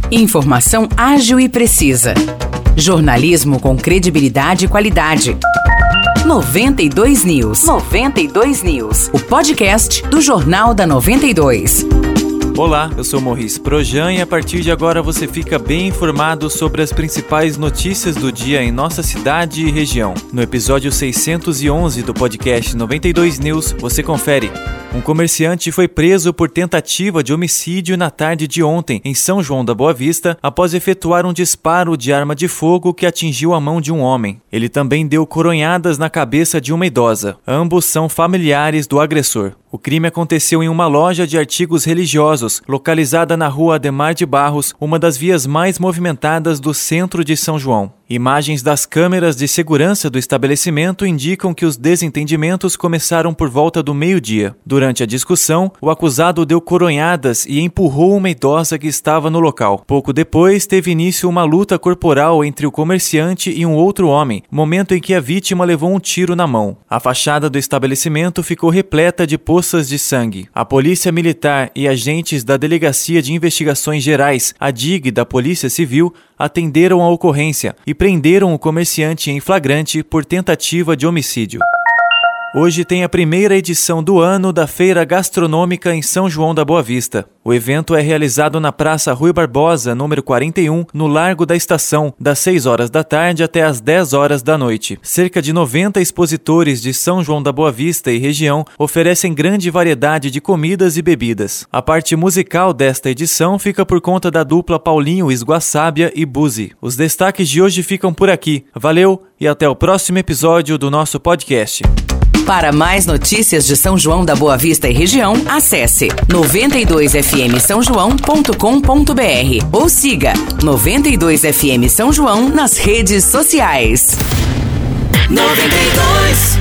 Informação ágil e precisa. Jornalismo com credibilidade e qualidade. 92 News. 92 News. O podcast do Jornal da 92. Olá, eu sou Morris Projan e a partir de agora você fica bem informado sobre as principais notícias do dia em nossa cidade e região. No episódio 611 do podcast 92 News, você confere. Um comerciante foi preso por tentativa de homicídio na tarde de ontem, em São João da Boa Vista, após efetuar um disparo de arma de fogo que atingiu a mão de um homem. Ele também deu coronhadas na cabeça de uma idosa. Ambos são familiares do agressor. O crime aconteceu em uma loja de artigos religiosos, localizada na rua Ademar de Barros, uma das vias mais movimentadas do centro de São João. Imagens das câmeras de segurança do estabelecimento indicam que os desentendimentos começaram por volta do meio-dia. Durante a discussão, o acusado deu coronhadas e empurrou uma idosa que estava no local. Pouco depois, teve início uma luta corporal entre o comerciante e um outro homem, momento em que a vítima levou um tiro na mão. A fachada do estabelecimento ficou repleta de poças de sangue. A Polícia Militar e agentes da Delegacia de Investigações Gerais, a DIG da Polícia Civil, atenderam a ocorrência e prenderam o comerciante em flagrante por tentativa de homicídio. Hoje tem a primeira edição do ano da Feira Gastronômica em São João da Boa Vista. O evento é realizado na Praça Rui Barbosa, número 41, no Largo da Estação, das 6 horas da tarde até as 10 horas da noite. Cerca de 90 expositores de São João da Boa Vista e região oferecem grande variedade de comidas e bebidas. A parte musical desta edição fica por conta da dupla Paulinho Esguaçábia e Buzi. Os destaques de hoje ficam por aqui. Valeu e até o próximo episódio do nosso podcast. Para mais notícias de São João da Boa Vista e região, acesse 92fmsaojão.com.br ou siga 92FM São João nas redes sociais. 92